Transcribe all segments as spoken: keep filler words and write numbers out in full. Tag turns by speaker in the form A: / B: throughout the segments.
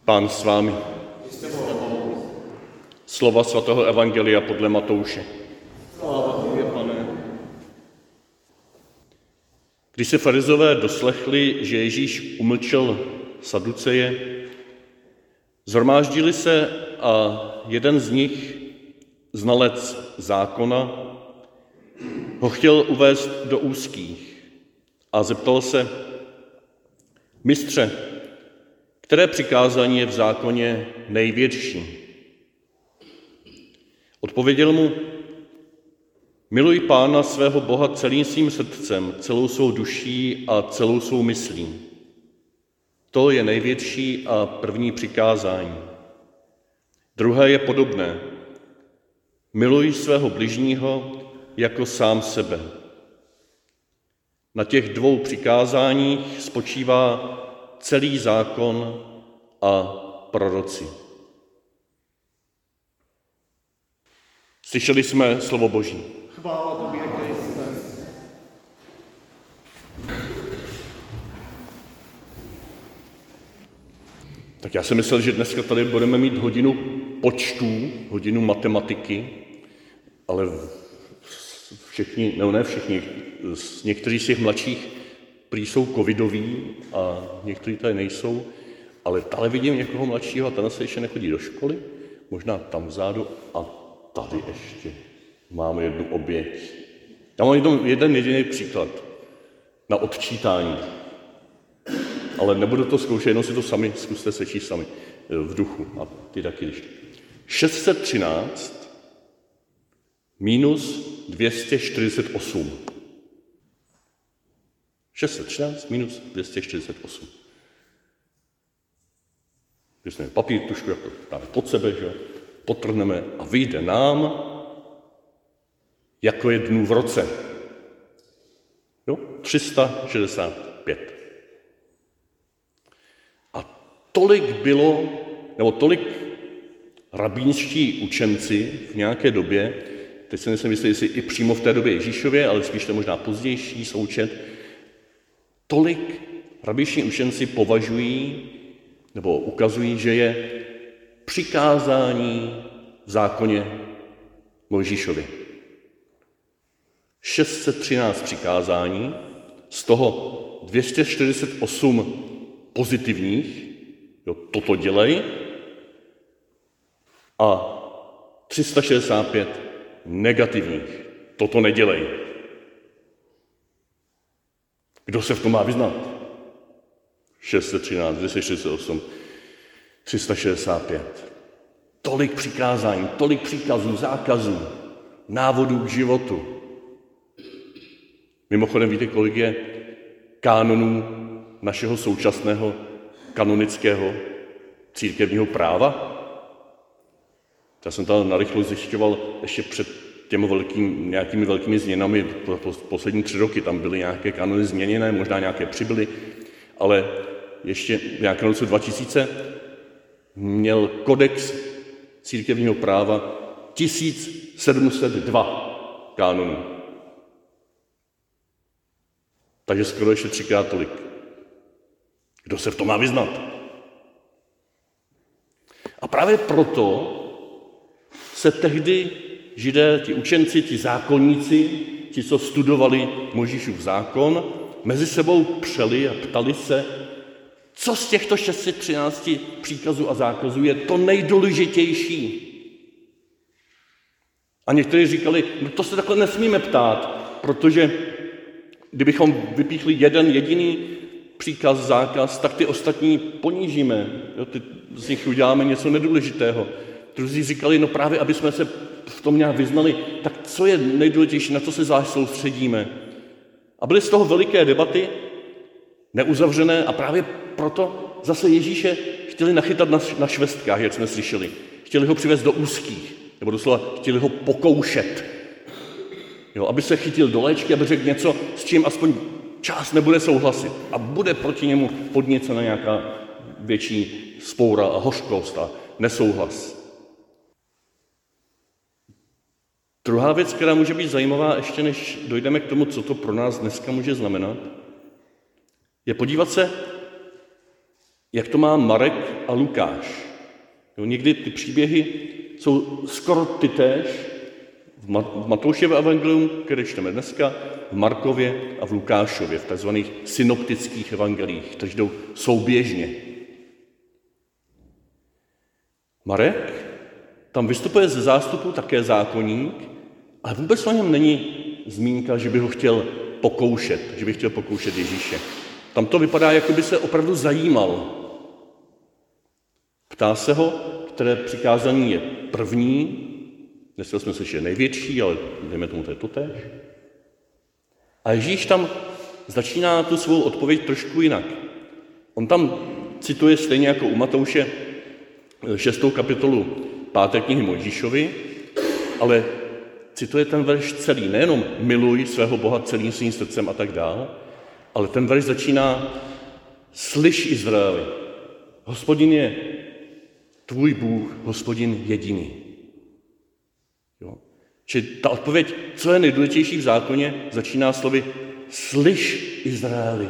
A: Pán s vámi. Slova svatého evangelia podle Matouše.
B: Sláva tobě, Pane.
A: Když se farizové doslechli, že Ježíš umlčel Saduceje, shromáždili se a jeden z nich, znalec zákona, ho chtěl uvést do úzkých a zeptal se: Mistře, které přikázání je v zákoně největší? Odpověděl mu: Miluj Pána svého Boha celým svým srdcem, celou svou duší a celou svou myslí. To je největší a první přikázání. Druhé je podobné. Miluj svého bližního jako sám sebe. Na těch dvou přikázáních spočívá celý zákon a proroci. Slyšeli jsme slovo Boží.
B: Chvála tobě, Kriste.
A: Tak já jsem myslel, že dneska tady budeme mít hodinu počtů, hodinu matematiky, ale všichni, no ne všichni, někteří z těch mladších prý jsou covidoví a někteří tady nejsou, ale tady vidím někoho mladšího a ten se ještě nechodí do školy, možná tam vzadu a tady ještě máme jednu oběť. Já mám jeden, jeden jediný příklad na odčítání, ale nebudu to zkoušet, jenom si to sami, zkuste sečíst sami v duchu a ty taky když. šest set třináct minus dvě stě čtyřicet osm. šest set třináct minus dvě stě čtyřicet osm. Když jsme papír, tušku, jak to dáme pod sebe, že? Potrhneme a vyjde nám, jako je dnů v roce. Jo? tři sta šedesát pět. A tolik bylo, nebo tolik rabínští učenci v nějaké době, teď se nejsem jistý, jestli i přímo v té době Ježíšově, ale spíš to možná pozdější součet, tolik rabínští učenci považují nebo ukazují, že je přikázání v zákoně Mojžíšově. šest set třináct přikázání, z toho dvě stě čtyřicet osm pozitivních, jo, toto dělej, a tři sta šedesát pět negativních, toto nedělej. Kdo se v tom má vyznat? šest set třináct, dvě stě čtyřicet osm, tři sta šedesát pět. Tolik přikázání, tolik příkazů, zákazů, návodů k životu. Mimochodem víte, kolik je kánonů našeho současného kanonického církevního práva? Já jsem tam narychlo zjišťoval ještě před těmi velkým, nějakými velkými změnami, poslední tři roky tam byly nějaké kanony změněné, možná nějaké přibyly, ale ještě v nějakém roce dva tisíce měl kodex církevního práva tisíc sedm set dva kánonů. Takže skoro ještě třikrát tolik. Kdo se v tom má vyznat? A právě proto se tehdy Židé, ti učenci, ti zákonníci, ti, co studovali Mojžíšův zákon, mezi sebou přeli a ptali se, co z těchto šest set třináct příkazů a zákazů je to nejdůležitější. A někteří říkali, no to se takhle nesmíme ptát, protože kdybychom vypíchli jeden jediný příkaz, zákaz, tak ty ostatní ponížíme. Jo, ty, z nich uděláme něco nedůležitého. Druzí říkali, no právě, aby jsme se v tom nějak vyznali, tak co je nejdůležitější, na co se zvlášť soustředíme. A byly z toho veliké debaty, neuzavřené, a právě proto zase Ježíše chtěli nachytat na, na švestkách, jak jsme slyšeli. Chtěli ho přivést do úzkých, nebo doslova chtěli ho pokoušet. Jo, aby se chytil do léčky, aby řekl něco, s čím aspoň část nebude souhlasit. A bude proti němu podněcena nějaká větší spoura a hořkost a nesouhlas. Druhá věc, která může být zajímavá, ještě než dojdeme k tomu, co to pro nás dneska může znamenat, je podívat se, jak to má Marek a Lukáš. Jo, někdy ty příběhy jsou skoro tytéž v Matoušově evangelium, které čteme dneska, v Markově a v Lukášově, v tzv. Synoptických evangelích, kteří jdou souběžně. Marek tam vystupuje ze zástupu také zákonník, ale vůbec o něm není zmínka, že by ho chtěl pokoušet, že by chtěl pokoušet Ježíše. Tam to vypadá, jako by se opravdu zajímal. Ptá se ho, které přikázání je první, dneska jsme slyšeli největší, ale dejme tomu, to je totéž. A Ježíš tam začíná tu svou odpověď trošku jinak. On tam cituje stejně jako u Matouše šestou kapitolu páté knihy Mojžíšovi, ale cituje ten verš celý. Nejenom miluj svého Boha celým svým srdcem a tak dál, ale ten verš začíná slyš Izraeli, Hospodin je tvůj Bůh, Hospodin jediný. Jo. Čili ta odpověď, co je nejdůležitější v zákoně, začíná slovy slyš Izraeli.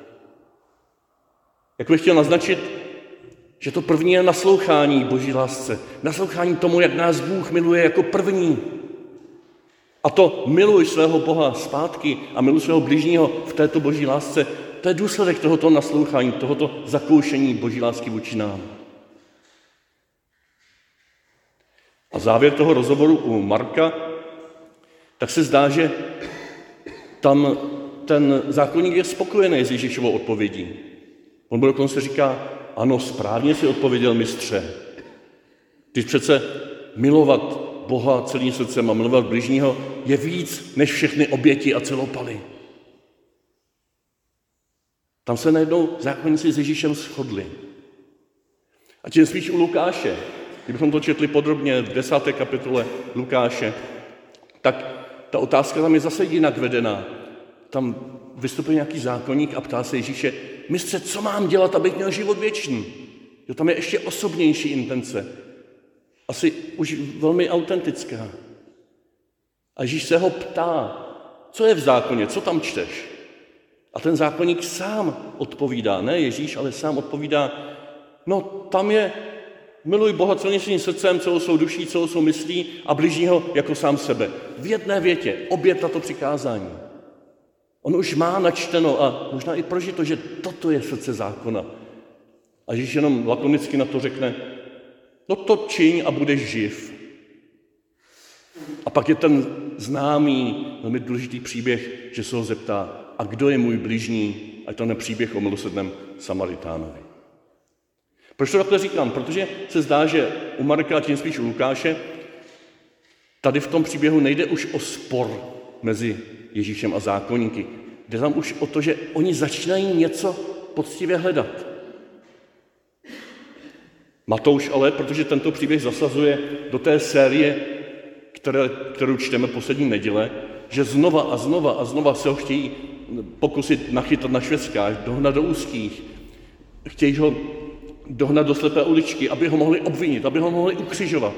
A: Jak bych chtěl naznačit, že to první je naslouchání Boží lásce. Naslouchání tomu, jak nás Bůh miluje jako první. A to miluj svého Boha zpátky a miluj svého bližního v této Boží lásce. To je důsledek tohoto naslouchání, tohoto zakoušení Boží lásky vůči nám. A závěr toho rozhovoru u Marka, tak se zdá, že tam ten zákonník je spokojený s Ježíšovou odpovědí. On mu dokonce říká, ano, správně si odpověděl, mistře. Ty přece milovat Boha celým srdcem a milovat bližního je víc než všechny oběti a celopaly. Tam se najednou zákonníci s Ježíšem shodli. A tím spíš u Lukáše, kdybychom to četli podrobně v desáté kapitole Lukáše, tak ta otázka tam je zase jinak vedená. Tam vystupuje nějaký zákonník a ptá se Ježíše, mistře, co mám dělat, abych měl život věčný? Jo, tam je ještě osobnější intence. Asi už velmi autentická. A Ježíš se ho ptá, co je v zákoně, co tam čteš? A ten zákonník sám odpovídá, ne Ježíš, ale sám odpovídá, no tam je miluj Boha celým svým srdcem, celou svou duší, celou svou myslí a bližního jako sám sebe. V jedné větě, obě tato přikázání. On už má načteno a možná i prožito, že toto je srdce zákona. A Ježíš jenom lakonicky na to řekne, no to čiň a budeš živ. A pak je ten známý, velmi důležitý příběh, že se ho zeptá, a kdo je můj bližní? A je to ten příběh o milosrdném Samaritánovi. Proč to takhle říkám? Protože se zdá, že u Marka a tím spíš u Lukáše tady v tom příběhu nejde už o spor mezi Ježíšem a zákonníky. Jde tam už o to, že oni začínají něco poctivě hledat. Matouš ale, protože tento příběh zasazuje do té série, které, kterou čteme poslední neděle, že znova a znova a znova se ho chtějí pokusit nachytat na švestkách, dohnat do úzkých. Chtějí ho dohnat do slepé uličky, aby ho mohli obvinit, aby ho mohli ukřižovat.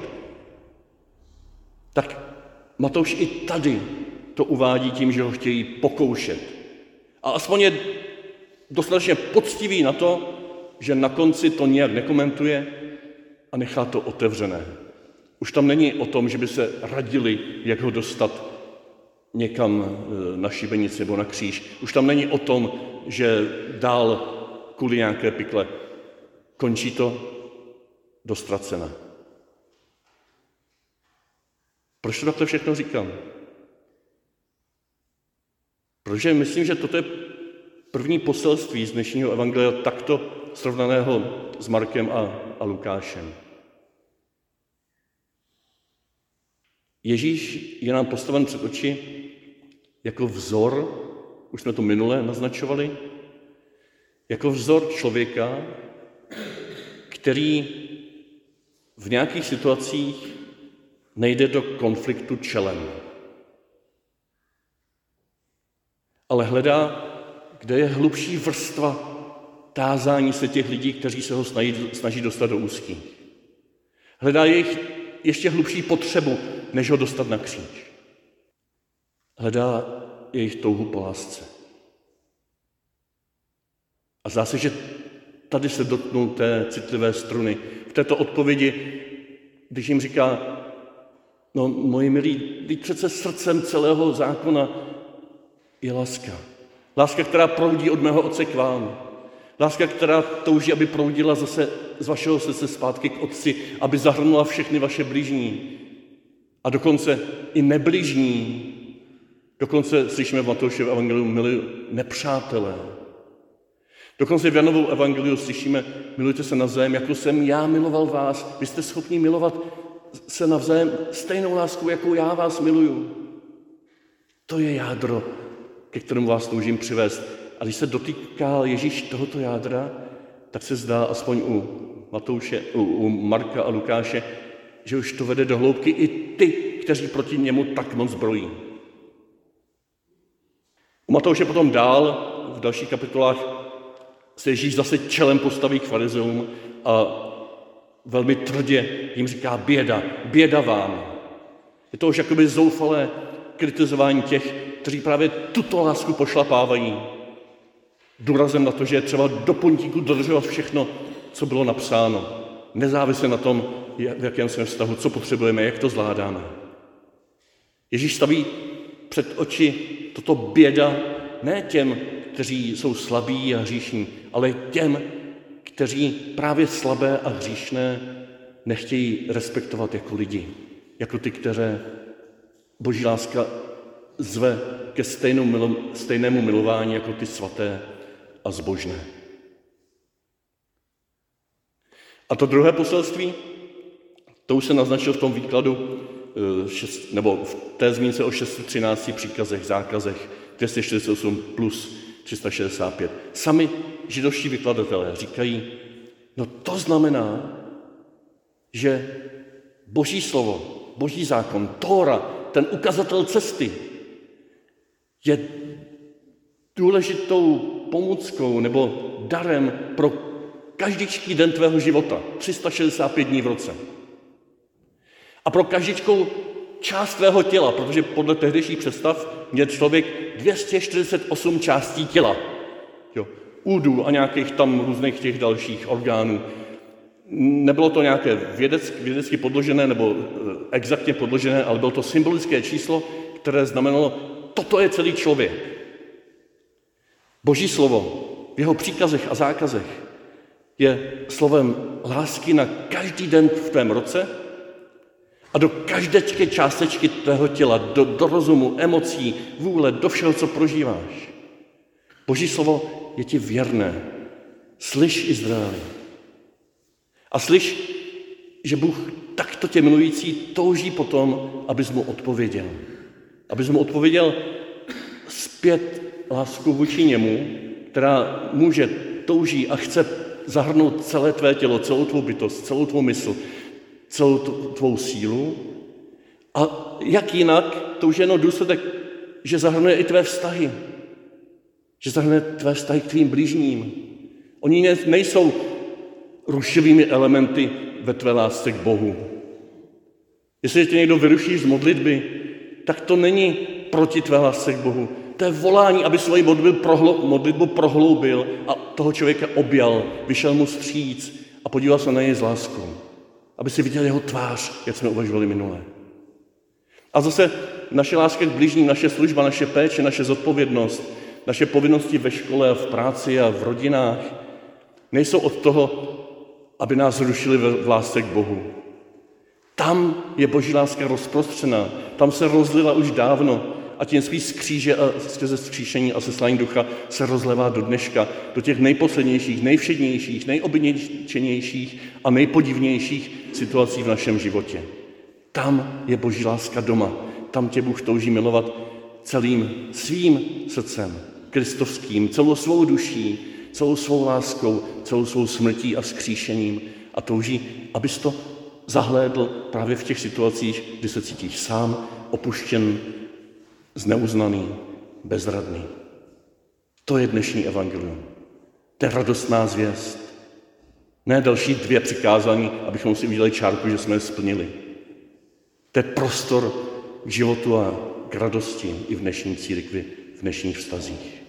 A: Tak Matouš i tady to uvádí tím, že ho chtějí pokoušet. A aspoň je dostatečně poctivý na to, že na konci to nijak nekomentuje a nechá to otevřené. Už tam není o tom, že by se radili, jak ho dostat někam na šibenici nebo na kříž. Už tam není o tom, že dál kvůli nějaké pikle. Končí to dostracena. Proč to takhle všechno říkám? Protože myslím, že toto je první poselství z dnešního evangelia takto srovnaného s Markem a, a Lukášem. Ježíš je nám postaven před oči jako vzor, už jsme to minule naznačovali, jako vzor člověka, který v nějakých situacích nejde do konfliktu čelem, ale hledá, kde je hlubší vrstva tázání se těch lidí, kteří se ho snaží, snaží dostat do úzkých. Hledá jejich ještě hlubší potřebu, než ho dostat na kříž. Hledá jejich touhu po lásce. A zdá se, že tady se dotknul té citlivé struny. V této odpovědi, když jim říká, no moji milí, teď přece srdcem celého zákona je láska. Láska, která proudí od mého Otce k vám. Láska, která touží, aby proudila zase z vašeho srdce zpátky k Otci, aby zahrnula všechny vaše bližní. A dokonce i nebližní. Dokonce slyšíme v Matoušově evangeliu, milí nepřátelé. Dokonce v Janovou evangeliu slyšíme, milujte se navzájem, jako jsem já miloval vás. Vy jste schopni milovat se navzájem stejnou láskou, jakou já vás miluju. To je jádro, ke kterému vás toužím přivést. A když se dotýká Ježíš tohoto jádra, tak se zdá, aspoň u Matouše, u, u Marka a Lukáše, že už to vede do hloubky i ty, kteří proti němu tak moc brojí. U Matouše potom dál, v dalších kapitolách, se Ježíš zase čelem postaví k farizeům a velmi tvrdě jim říká běda, běda vám. Je to už jakoby zoufalé kritizování těch, kteří právě tuto lásku pošlapávají. Důrazem na to, že je třeba do puntíku dodržovat všechno, co bylo napsáno. Nezávisle na tom, v jakém jsme vztahu, co potřebujeme, jak to zvládáme. Ježíš staví před oči toto běda ne těm, kteří jsou slabí a hříšní, ale těm, kteří právě slabé a hříšné nechtějí respektovat jako lidi, jako ty, které Boží láska zve ke stejnému milování jako ty svaté a zbožné. A to druhé poselství, to už se naznačil v tom výkladu, nebo v té zmínce o šesti třinácti příkazech, zákazech, dvě stě čtyřicet osm plus tři sta šedesát pět. Sami židovští vykladatelé říkají, no to znamená, že Boží slovo, Boží zákon, Tóra, ten ukazatel cesty, je důležitou pomůckou nebo darem pro každičký den tvého života, tři sta šedesát pět dní v roce. A pro každičkou část tvého těla, protože podle tehdejších představ měl člověk dvě stě čtyřicet osm částí těla. Jo, údů a nějakých tam různých těch dalších orgánů. Nebylo to nějaké vědecky, vědecky podložené nebo exaktně podložené, ale bylo to symbolické číslo, které znamenalo, toto je celý člověk. Boží slovo v jeho příkazech a zákazech je slovem lásky na každý den v tvém roce a do každečky částečky tvého těla, do, do rozumu, emocí, vůle, do všeho, co prožíváš. Boží slovo je ti věrné. Slyš, Izraeli. A slyš, že Bůh takto tě milující touží potom, abys mu odpověděl. Abys mu odpověděl zpět lásku vůči němu, která může, touží a chce zahrnout celé tvé tělo, celou tvou bytost, celou tvou mysl, celou tvou sílu. A jak jinak, to už je jenom důsledek, že zahrnuje i tvé vztahy. Že zahrnuje tvé vztahy k tvým bližním. Oni nejsou rušivými elementy ve tvé lásce k Bohu. Jestli tě někdo vyruší z modlitby, tak to není proti tvé lásce k Bohu. To je volání, aby svoji modlitbu prohloubil a toho člověka objal, vyšel mu vstříc a podíval se na něj s láskou. Aby si viděl jeho tvář, jak jsme uvažovali minule. A zase naše láska k bližním, naše služba, naše péče, naše zodpovědnost, naše povinnosti ve škole a v práci a v rodinách nejsou od toho, aby nás rušili v lásce k Bohu. Tam je Boží láska rozprostřená, tam se rozlila už dávno a tím spíš z kříže a skrze vzkříšení a seslání ducha se rozlevá do dneška, do těch nejposlednějších, nejvšednějších, nejobyčejnějších a nejpodivnějších situací v našem životě. Tam je Boží láska doma, tam tě Bůh touží milovat celým svým srdcem, kristovským, celou svou duší, celou svou láskou, celou svou smrtí a vzkříšením a touží, abys to zahlédl právě v těch situacích, kdy se cítíš sám, opuštěn, zneuznaný, bezradný. To je dnešní evangelium. To je radostná zvěst. Ne další dvě přikázání, abychom si udělali čárku, že jsme je splnili. To je prostor k životu a k radosti i v dnešní církvi, v dnešních vztazích.